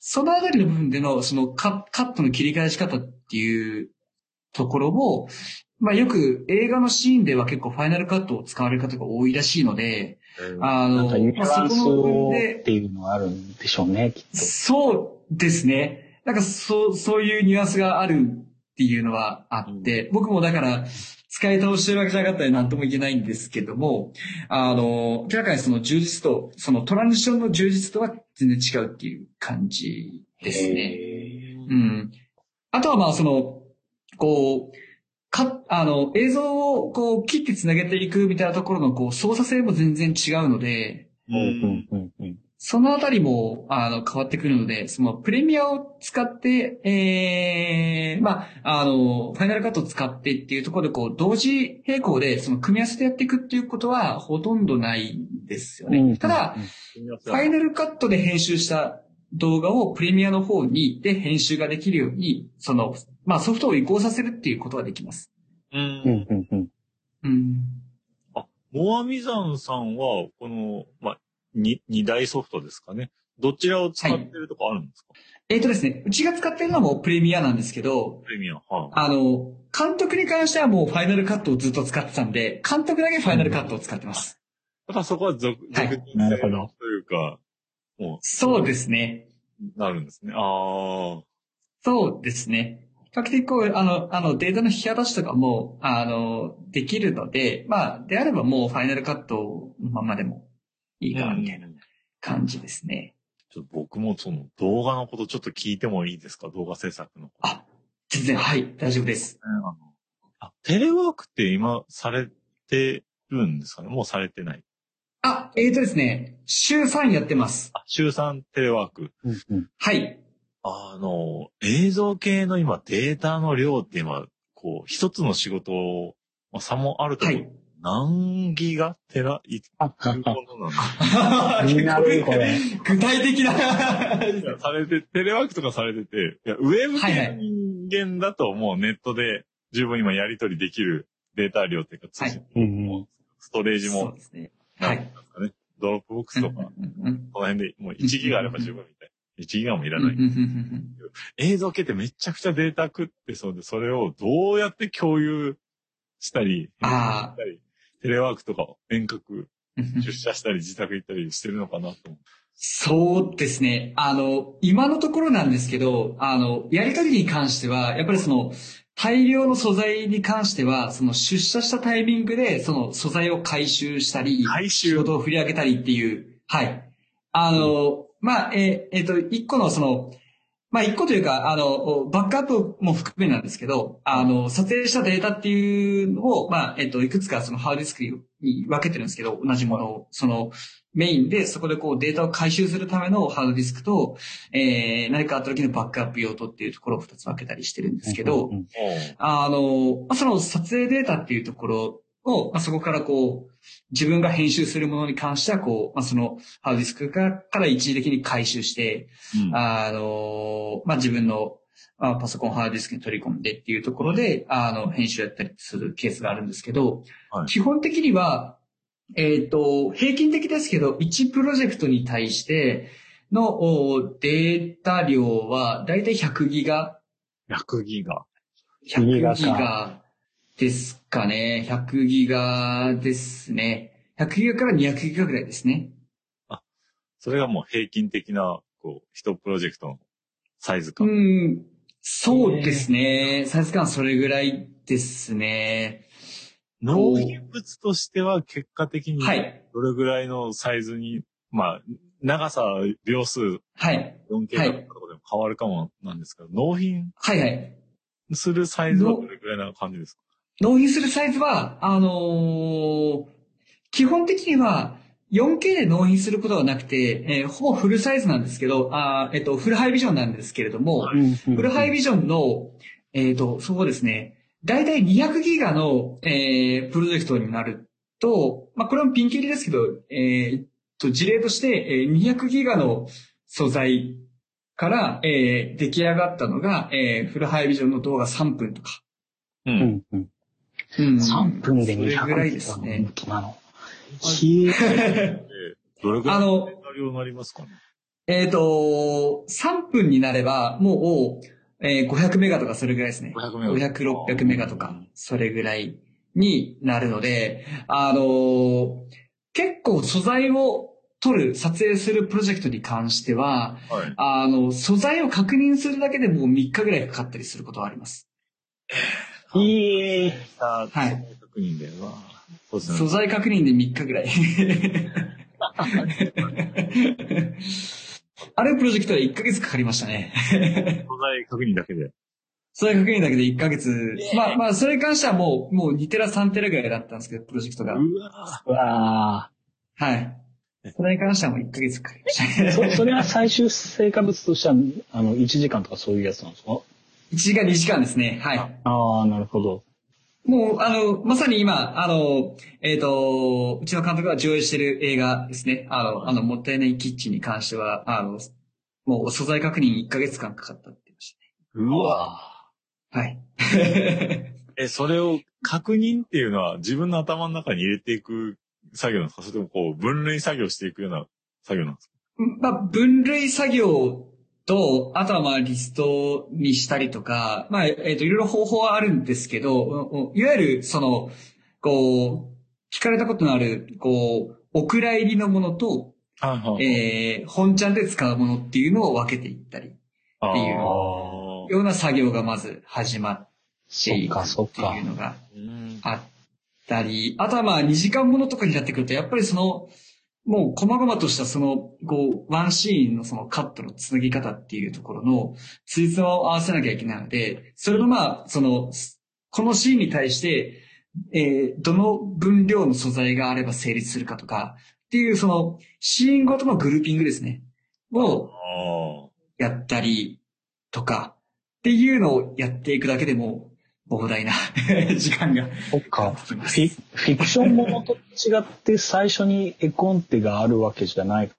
そのあたりの部分での、そのカ、カットの切り返し方っていうところを、まあよく映画のシーンでは結構ファイナルカットを使われる方が多いらしいので、あの、 なんかニュアンスをまあ、 っていうのがあるんでしょうね、きっと。 そうですね。なんかそう、そういうニュアンスがあるっていうのはあって、うん、僕もだから使い倒してるわけじゃなかったら何とも言えないんですけども、あの、明らかにその充実と、そのトランジションの充実とは全然違うっていう感じですね。うん。あとはまあその、こう、か、あの、映像をこう切ってつなげていくみたいなところのこう操作性も全然違うので、 うんうんうんうん、 そのあたりも、あの、変わってくるので、そのプレミアを使って、ええー、まあ、あの、ファイナルカットを使ってっていうところで、こう、同時並行で、その組み合わせてやっていくっていうことはほとんどないんですよね。うんうんうん、ただ、ファイナルカットで編集した動画をプレミアの方に、で編集ができるように、その、まあ、ソフトを移行させるっていうことはできます。 うん。うんうんうん。 あ、モアミザンさんは、この、まあ、に、二大ソフトですかね。どちらを使ってるとかあるんですか？はい、 えっ、ー、とですね、うちが使ってるのはもうプレミアなんですけど、 プレミア、はい。 あの、監督に関してはもうファイナルカットをずっと使ってたんで、監督だけファイナルカットを使ってます。 だからそこは続、 はい、 続なるほど。というか、 もう。そうですね。 なるんですね。ああ。 そうですね。比較的こう、あの、あの、データの引き渡しとかも、あの、できるので、まあ、であればもうファイナルカットのままでもいいかな、みたいな感じですね。 ちょっと僕もその動画のことちょっと聞いてもいいですか？動画制作のこと。 あ、全然、はい、大丈夫です。 あのあ、テレワークって今されてるんですかね？もうされてない？ あ、えーとですね、週さんやってます。 あ、週さんテレワーク。 うんうん、はい。 あの、映像系の今データの量って今、こう、一つの仕事を、まあ、差もあると思う。はい、何ギガテラいくものなんですか？これ。 具体的なされて、テレワークとかされてて、いや、ウェブ系の人間だともうネットで十分今やり取りできるデータ量っていうか、はい、ストレージも、そうですね。はい。ドロップボックスとか、うんうん、この辺でもういちギガあれば十分みたいな。いちギガもいらない。映像系ってめちゃくちゃデータ食ってそうで、それをどうやって共有したり、 あしたりテレワークとか遠隔出社したり自宅行ったりしてるのかなと思う。 そうですね。あの、今のところなんですけど、あの、やりとりに関しては、やっぱりその、大量の素材に関しては、その出社したタイミングで、その素材を回収したり、 回収仕事を振り上げたりっていう、はい。あの、うん、まあ、えー、えー、と、一個のその、まあ一個というか、あの、バックアップも含めなんですけど、あの、撮影したデータっていうのを、まあ、えっと、いくつかそのハードディスクに分けてるんですけど、同じものを、その、メインでそこでこうデータを回収するためのハードディスクと、えー、何かあった時のバックアップ用途っていうところを二つ分けたりしてるんですけど、うんうん、あの、その撮影データっていうところを、まあ、そこからこう、自分が編集するものに関しては、こう、まあ、そのハードディスクからから一時的に回収して、うん、あの、まあ、自分の、まあ、パソコンハードディスクに取り込んでっていうところで、あの、編集やったりするケースがあるんですけど、はい、基本的には、えっと、平均的ですけど、いちプロジェクトに対してのデータ量はだいたいひゃくギガ。 ひゃくギガ。 ひゃくギガですかね。ひゃくギガですね。ひゃくギガからにひゃくギガぐらいですね。 あ、それがもう平均的な、こう、一プロジェクトのサイズ感。 うん、そうですね。サイズ感それぐらいですね。 納品物としては結果的にどれぐらいのサイズに、はい、まあ、長さ、秒数、 はい。 よんケー だったところでも変わるかもなんですけど、納品はいはい。 するサイズはどれぐらいな感じですか？ 納品するサイズは、あのー、基本的には よんケー で納品することはなくて、えー、ほぼフルサイズなんですけど、あえっと、フルハイビジョンなんですけれども、はい、フルハイビジョンの、えっと、そうですね、だいたいにひゃくギガの、えー、プロジェクトになると、まあ、これもピンキリですけど、えー、と、事例として、えー、にひゃくギガの素材から、えー、出来上がったのが、えー、フルハイビジョンの動画さんぷんとか。 うん。うんうん、さんぷんでにひゃくギガぐらいですね。 本当なの。ひえ。 どれぐらいの量になりますかね？ えっと、さんぷんになれば、もう、えー、ごひゃくメガとかそれぐらいですね。 ごひゃくメガ。 ごひゃく、ろっぴゃくメガとか、それぐらいになるので、あのー結構素材を撮る、撮影するプロジェクトに関しては、 はい。 あの、素材を確認するだけでもうみっかぐらいかかったりすることはあります。 いい。 さあ、 はい素材確認で。うわそうですね。 素材確認でみっかぐらい。あるプロジェクトはいっかげつかかりましたね。 素材確認だけで。 素材確認だけでいっかげつ。まあまあ、それに関してはもう、もうにテラさんテラぐらいだったんですけど、プロジェクトが。 うわうわはい。それに関してはもういっかげつかかりましたーそ、 ね。 それは最終成果物としては、あの、いちじかんとかそういうやつなんですか？ いちじかん、にじかんですね。はい。 ああ、なるほど。 もう、あの、まさに今、あの、えっと、うちの監督が上映してる映画ですね。あの、あの、もったいないキッチンに関しては、あの、もう素材確認いっかげつかんかかったって言いましうわたね。はい。 え、それを確認っていうのは自分の頭の中に入れていく作業なんですか？それともこう、分類作業していくような作業なんですか？ まあ、分類作業と、あとはまあリストにしたりとか、まあ、えっと、いろいろ方法はあるんですけど、うんうんいわゆる、その、こう、聞かれたことのある、こう、お蔵入りのものと、 はいはいはい。 えー、本ちゃんで使うものっていうのを分けていったりっていうああ。 ような作業がまず始まっていくそっか、そっってかいう。のがうんあったり、あとはまあにじかんものとかになってくると、やっぱりその、もう、細々としたその、こう、ワンシーンのそのカットの繋ぎ方っていうところの、つじつまを合わせなきゃいけないので、それのまあ、その、このシーンに対して、えー、どの分量の素材があれば成立するかとか、っていうその、シーンごとのグルーピングですね。をあやったりとか、っていうのをやっていくだけでも、膨大な時間がそっか。 かかってきまフィ、 す。 フィクションものと違って最初に絵コンテがあるわけじゃないから、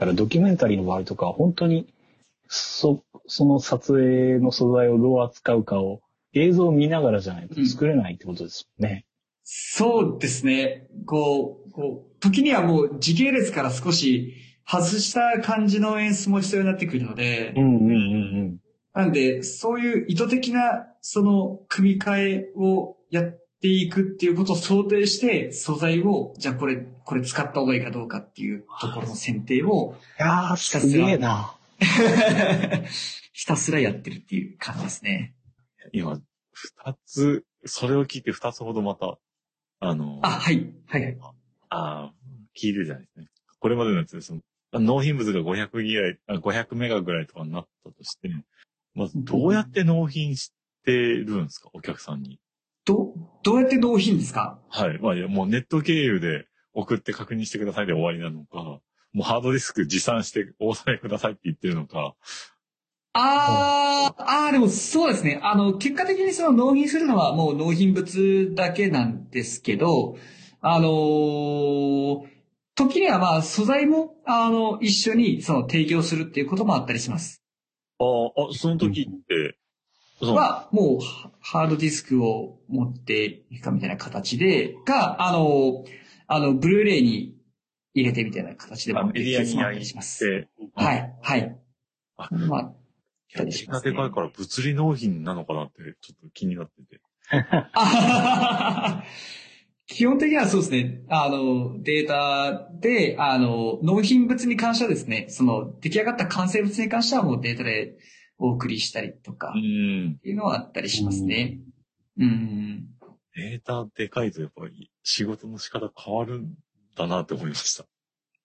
ドキュメンタリーの場合とかは本当に、そ、その撮影の素材をどう扱うかを映像を見ながらじゃないと作れないってことですよね。 そうですね。こう、こう、時にはもう時系列から少し外した感じの演出も必要になってくるので、 うんうんうんうん。 なんで、そういう意図的な、その、組み替えをやっていくっていうことを想定して、素材を、じゃあこれ、これ使った方がいいかどうかっていうところの選定を、 いやー、すげえな。 ひたすらやってるっていう感じですね。 今、二つ、それを聞いて二つほどまた、あの、 あ、はい。はいはい。 ああ、聞いてるじゃないですね。これまでのやつで、その、納品物がごひゃくギガ、あごひゃくメガぐらいとかになったとして、まずどうやって納品してるんですか、お客さんに。 ど、どうやって納品ですか？ はい。まあ、いやもうネット経由で送って確認してくださいで終わりなのか、もうハードディスク持参してお納めくださいって言ってるのか。 あー、あー、でもそうですね。あの、結果的にその納品するのはもう納品物だけなんですけど、あのー時にはまあ素材も、あの、一緒にその提供するっていうこともあったりします。 ああ、あ、その時って、その、 は、もうハハードディスクを持っていくかみたいな形で、か、あの、あの、ブルーレイに入れてみたいな形でもあメディアにもあったり焼いします。 て、あ、 はい、はい。 あ、 まあ、あっいや、 たりしますね。 データでかいから物理納品なのかなってちょっと気になってて。 あははは基本的にはそうですね。あの、データで、あの、納品物に関してはですね、その、出来上がった完成物に関してはもうデータでお送りしたりとうか、 ーん。 っていうのはあったりしますね。うん。 データでかいとやっぱり仕事の仕方変わるんだなって思いました。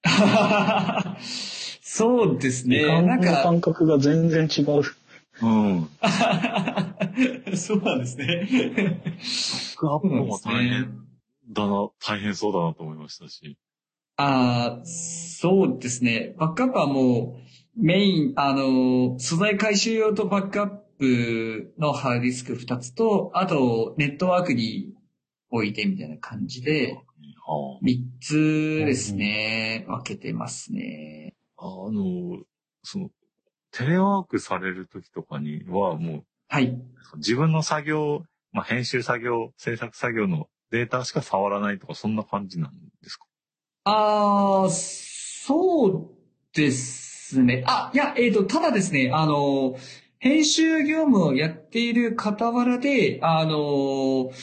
そうです時ね。 間のなんか、 感覚が全然違う。 うん。 そうなんですね。 バックアップそうなんでもすね。 大変だな、大変そうだなと思いましたし。 ああ、そうですね。バックアップはもう、メイン、あの、素材回収用とバックアップのハードディスクふたつと、あと、ネットワークに置いてみたいな感じで、 はみっつですね、分けてますね。 あ、あの、その、テレワークされるときとかにはもうはい。 自分の作業、まあ、編集作業、制作作業のデータしか触らないとか、そんな感じなんですか？ ああ、そうですすね。あ、いや、えっと、ただですね、あの、編集業務をやっている傍らで、あの、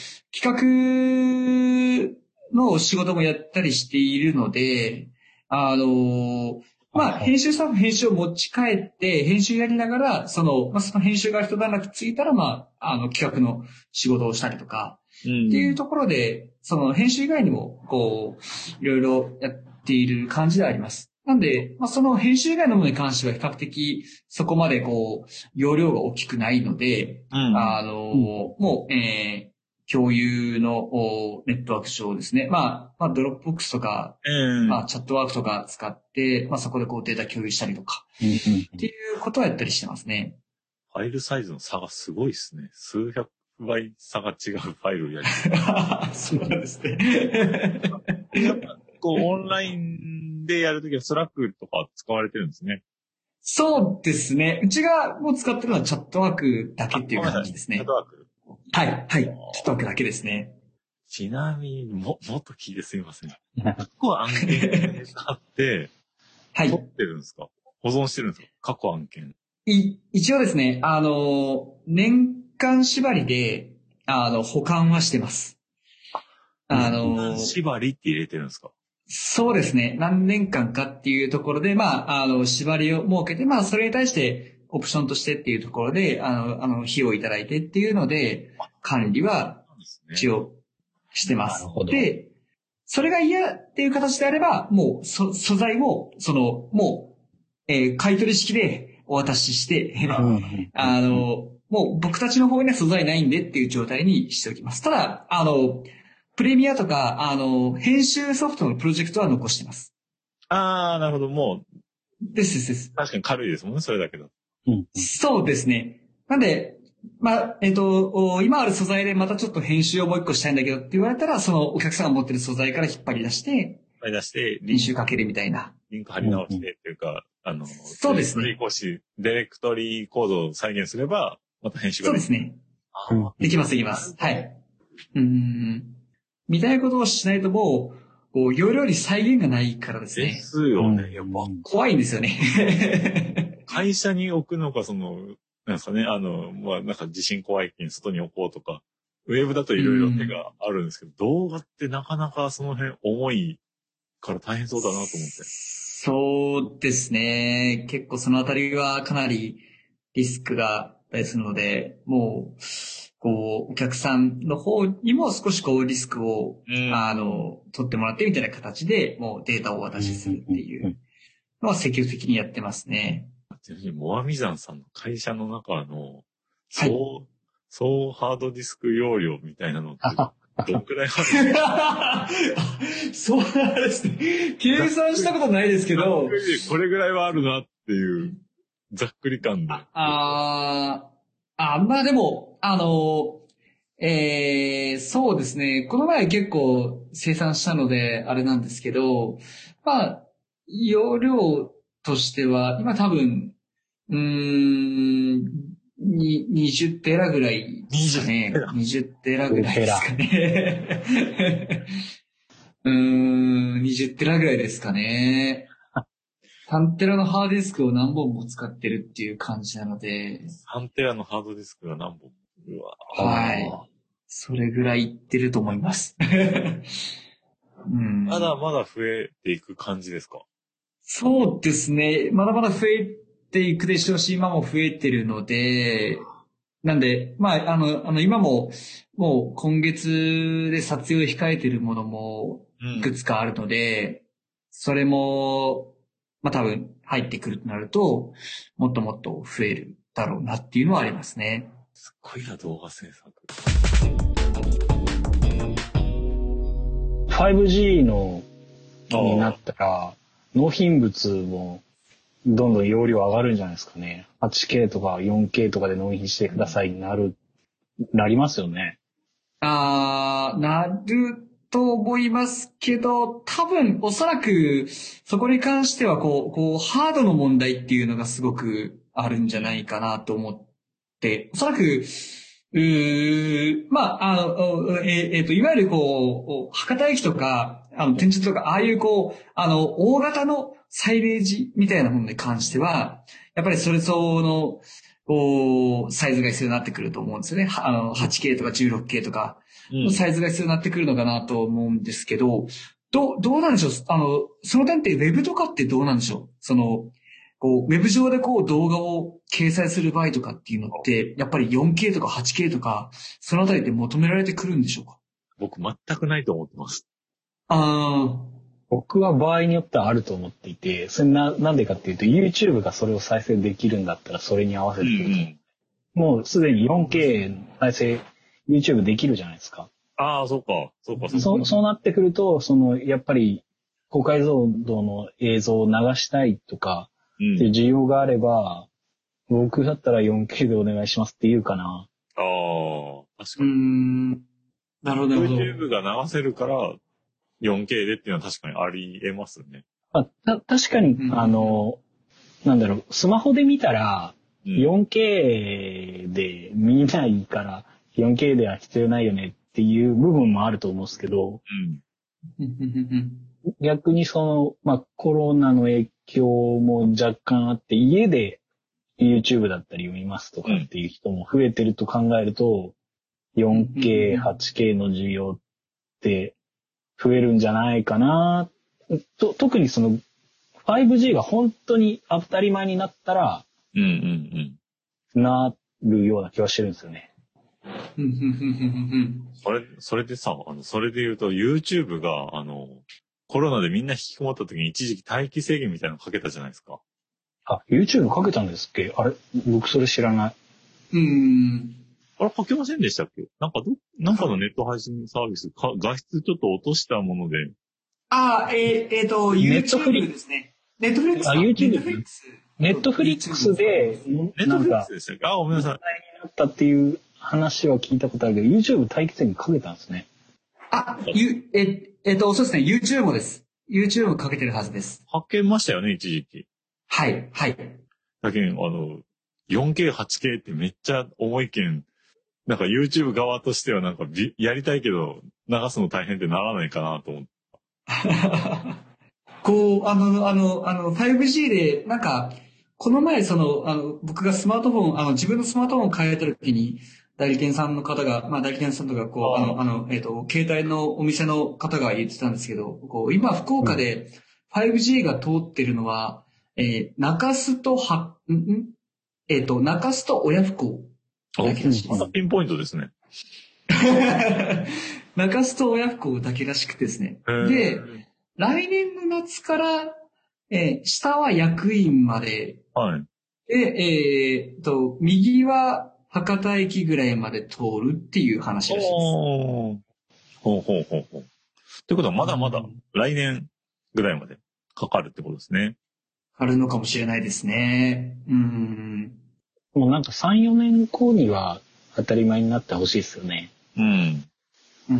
企画の仕事もやったりしているので、あの、まあ、編集スタッフ編集を持ち帰って、編集やりながら、その、まあ、その編集が一段落ついたら、まあ、あの、企画の仕事をしたりとか、 うんっていうところで、その編集以外にも、こう、いろいろやっている感じであります。なんで、まあ、その編集以外のものに関しては比較的そこまでこう、容量が大きくないので、 うんあの、もう、えー、共有のおネットワーク上ですね。まあ、まあ、ドロップボックスとか、 うんまあ、チャットワークとか使って、まあ、そこでこうデータ共有したりとか、 うんうんっていうことをやったりしてますね。 ファイルサイズの差がすごいですね。数百倍差が違うファイルをやりそうなんですね。 こう、オンラインでやるときはスラックとか使われてるんですね。 そうですね。うちがもう使ってるのはチャットワークだけっていう感じですね。 チャットワーク。 はい、はい。チャットワークだけですね。 ちなみに、も、もっと聞いてすみません。過去案件使って、 はい取ってるんですか？保存してるんですか？過去案件。 い、一応ですね、あの、年間縛りで、あの、保管はしてます。あの、 縛りって入れてるんですか？ そうですね。何年間かっていうところで、まあ、あの、縛りを設けて、まあ、それに対して、オプションとしてっていうところで、あの、あの、費用をいただいてっていうので、管理は一応してます。 なるほど。 で、それが嫌っていう形であれば、もう、そ、素材を、その、もう、えー買取式でお渡しして、あの、もう僕たちの方には素材ないんでっていう状態にしておきます。ただ、あの、プレミアとか、あの、編集ソフトのプロジェクトは残してます。 あー、なるほど。もう、 ですですです。 確かに軽いですもんね、それだけだ。 うんそうですね。なんで、まあ、えっと、今ある素材でまたちょっと編集をもう一個したいんだけどって言われたら、そのお客さんが持ってる素材から引っ張り出して、 引っ出して、 編集かけるみたいな。 リンク貼り直してっていうか、あの、 そうですねディレクトリー更新、ディレクトリーコードを再現すれば、また編集ができる。 そうですね。 あーできます、できます。はい。うーん。みたいなことをしないともう、こう、容量に再現がないからですでね。 すよね。やっぱ、 怖いんですよね。 会社に置くのか、その、なんですかね、あの、まあ、なんか地震怖いけん外に置こうとか、ウェブだといろいろ手があるんですけど、動画ってなかなかその辺重いから大変そうだなと思って。 そうですね。結構そのあたりはかなりリスクがあったりするので、もう、こう、お客さんの方にも少しこうリスクを、 うんあの、取ってもらってみたいな形で、もうデータをお渡しするっていうのは積極的にやってますね。 ちなみに、モアミザンさんの会社の中の、 はい総、総ハードディスク容量みたいなのって、どんくらいあるんですか？ そうなんですね。計算したことないですけど、 これぐらいはあるなっていう、ざっくり感で。 あーあ、まあでも、あの、えー、そうですね。この前結構生産したので、あれなんですけど、まあ、容量としては、今多分、うーん、に、にじゅうテラぐらいですかね。にじゅうテラぐらいですかね。うーん、にじゅうテラぐらいですかね。さんテラのハードディスクを何本も使ってるっていう感じなので。 さんテラのハードディスクが何本？うわはい。それぐらいいってると思います。うん、 まだまだ増えていく感じですか？ そうですね。まだまだ増えていくでしょうし、今も増えてるので、なんで、まあ、あの、あの、今も、もう今月で撮影を控えてるものもいくつかあるので、うん、それも、まあ多分入ってくるとなると、もっともっと増えるだろうなっていうのはありますね。 すっごいな、動画制作。 ファイブジー のになったら、納品物もどんどん容量上がるんじゃないですかね。はちケー とか よんケー とかで納品してくださいになる、なりますよね。 あー、なると思いますけど、多分おそらくそこに関してはこう、こう、ハードの問題っていうのがすごくあるんじゃないかなと思って、おそらく、うーまあ、あの、えっ、えーと、いわゆるこう、博多駅とか、 あの、展示とか、ああいうこう、あの、大型のサイレージみたいなものに関しては、やっぱりそれ相応の、こう、サイズが必要になってくると思うんですよね。はあの、はちケー とか じゅうろくケー とかのサイズが必要になってくるのかなと思うんですけど、どう、どうなんでしょう、あの、その点って Web とかってどうなんでしょう、その、こう、ウェブ上でこう動画を掲載する場合とかっていうのって、やっぱり よんケー とか はちケー とか、そのあたりって求められてくるんでしょうか？ 僕全くないと思ってます。 ああ。 僕は場合によってはあると思っていて、それな、なんでかっていうと YouTube がそれを再生できるんだったらそれに合わせてくると、うんうん、もうすでに よんケー 再生 YouTube できるじゃないですか。 ああ、そうか、そうか、そうか。 そう、そうなってくると、その、やっぱり高解像度の映像を流したいとか、っていう需要があれば、うん、僕だったら よんケー でお願いしますって言うかな。 ああ、確かに。 うーん。なるほど。 YouTube が流せるから、よんケー でっていうのは確かにあり得ますね。 あ、た、確かに、うん、あの、なんだろう、スマホで見たら、よんケー で見ないから、よんケー では必要ないよねっていう部分もあると思うんですけど、うん、逆にその、まあ、コロナの影響も若干あって、家で YouTube だったりを見ますとかっていう人も増えてると考えると、よんケー、はちケー の需要って増えるんじゃないかな。と、特にその ファイブジー が本当に当たり前になったら、 うんうんうん、なるような気はしてるんですよね。 それ、それでさ、あの、それで言うと YouTube が、あの、コロナでみんな引きこもった時に一時期待機制限みたいなのかけたじゃないですか。 あ、YouTube かけたんですっけ？あれ僕それ知らない。 うーん。 あれかけませんでしたっけ？なんかど、なんかのネット配信サービス、か画質ちょっと落としたもので。 ああ、えー、えーと、YouTube ですね。ネットフリックス。 あ、YouTube。ネットフリックスで、 ネットフリックスでしたっけ？あ、ごめんなさい。 問題になったっていう話は聞いたことあるけど、YouTube 待機制限かけたんですね。 あ、ゆ、え、えっと、そうですね、YouTube もです。YouTube もかけてるはずです。 かけましたよね、一時期。 はい、はい。 だけど、あの、よんケー、はちケー ってめっちゃ重いけん、なんか YouTube 側としてはなんかやりたいけど、流すの大変ってならないかなと思って。 こう、あの、あの、あの、ファイブジー で、なんか、この前、その、あの、僕がスマートフォン、あの、自分のスマートフォンを変えた時に、代理店さんの方が、まあ、代理店さんとか、こう、あの、あの、えっと、携帯のお店の方が言ってたんですけど、こう、今、福岡で ファイブジー が通ってるのは、えー、中洲とは、んんえっと、中洲と親不孝だけらしいです。 ピンポイントですね。 中洲と親不孝だけらしくてですね。で、来年の夏から、えー、下は役員まで。 はい。 で、えー、と、右は博多駅ぐらいまで通るっていう話らしいです。 ほうほうほうほう。ってことはまだまだ来年ぐらいまでかかるってことですね。 あるのかもしれないですね。うん。 もうなんかさん、よねんごには当たり前になってほしいですよね。 うん。 うん。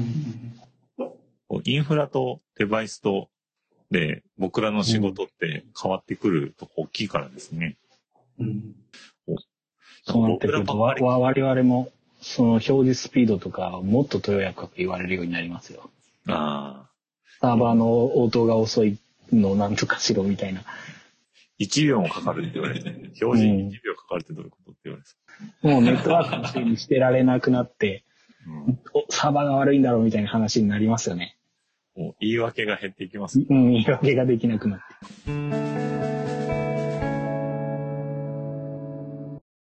インフラとデバイスとで僕らの仕事って変わってくるとこ大きいからですね。 うん。 そうなってくると我々もその表示スピードとかもっととやかく言われるようになりますよ。 ああ。 サーバーの応答が遅いのなんとかしろみたいな。 いちびょうもかかるって言われて、表示いちびょうかかるってどういうことって言われて、 うん、もうネットワークのせいにしてられなくなって、うん、サーバーが悪いんだろうみたいな話になりますよね。 もう言い訳が減っていきます。 うん、言い訳ができなくなって。